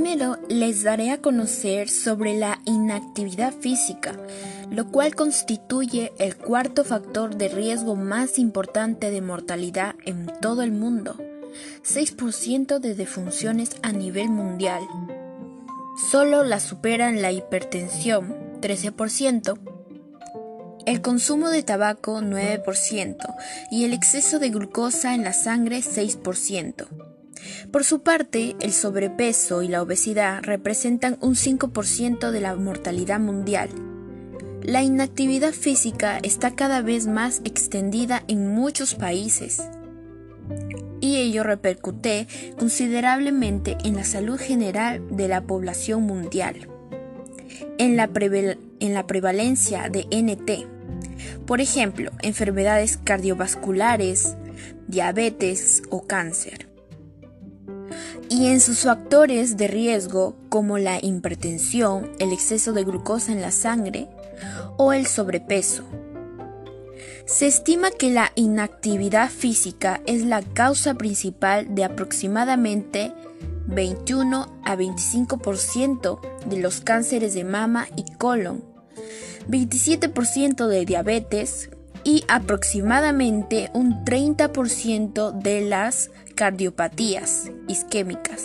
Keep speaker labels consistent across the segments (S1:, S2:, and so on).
S1: Primero les daré a conocer sobre la inactividad física, lo cual constituye el cuarto factor de riesgo más importante de mortalidad en todo el mundo, 6% de defunciones a nivel mundial. Solo la superan la hipertensión, 13%, el consumo de tabaco, 9%, y el exceso de glucosa en la sangre, 6%. Por su parte, el sobrepeso y la obesidad representan un 5% de la mortalidad mundial. La inactividad física está cada vez más extendida en muchos países, y ello repercute considerablemente en la salud general de la población mundial. En la prevalencia de NT, por ejemplo, enfermedades cardiovasculares, diabetes o cáncer. Y en sus factores de riesgo como la hipertensión, el exceso de glucosa en la sangre o el sobrepeso. Se estima que la inactividad física es la causa principal de aproximadamente 21 a 25% de los cánceres de mama y colon, 27% de diabetes y aproximadamente un 30% de las cardiopatías isquémicas.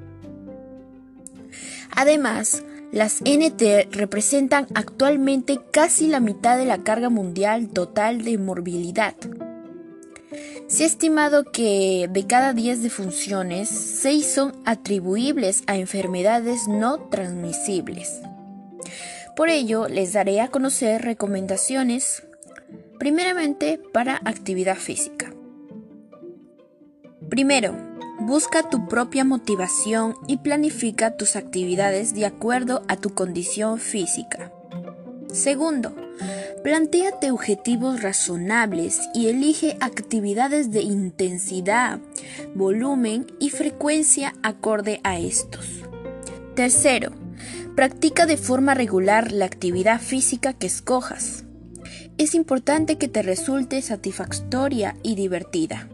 S1: Además, las NT representan actualmente casi la mitad de la carga mundial total de morbilidad. Se ha estimado que de cada 10 defunciones, 6 son atribuibles a enfermedades no transmisibles. Por ello, les daré a conocer recomendaciones, primeramente para actividad física. Primero, busca tu propia motivación y planifica tus actividades de acuerdo a tu condición física. Segundo, plantéate objetivos razonables y elige actividades de intensidad, volumen y frecuencia acorde a estos. Tercero, practica de forma regular la actividad física que escojas. Es importante que te resulte satisfactoria y divertida.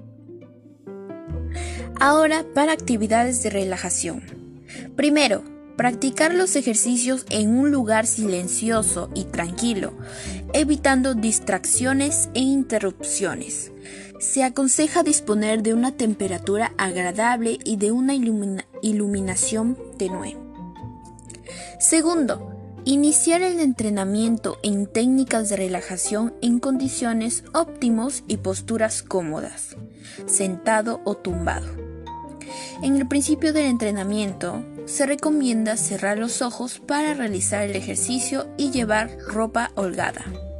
S1: Ahora, para actividades de relajación. Primero, practicar los ejercicios en un lugar silencioso y tranquilo, evitando distracciones e interrupciones. Se aconseja disponer de una temperatura agradable y de una iluminación tenue. Segundo, iniciar el entrenamiento en técnicas de relajación en condiciones óptimas y posturas cómodas, sentado o tumbado. En el principio del entrenamiento, se recomienda cerrar los ojos para realizar el ejercicio y llevar ropa holgada.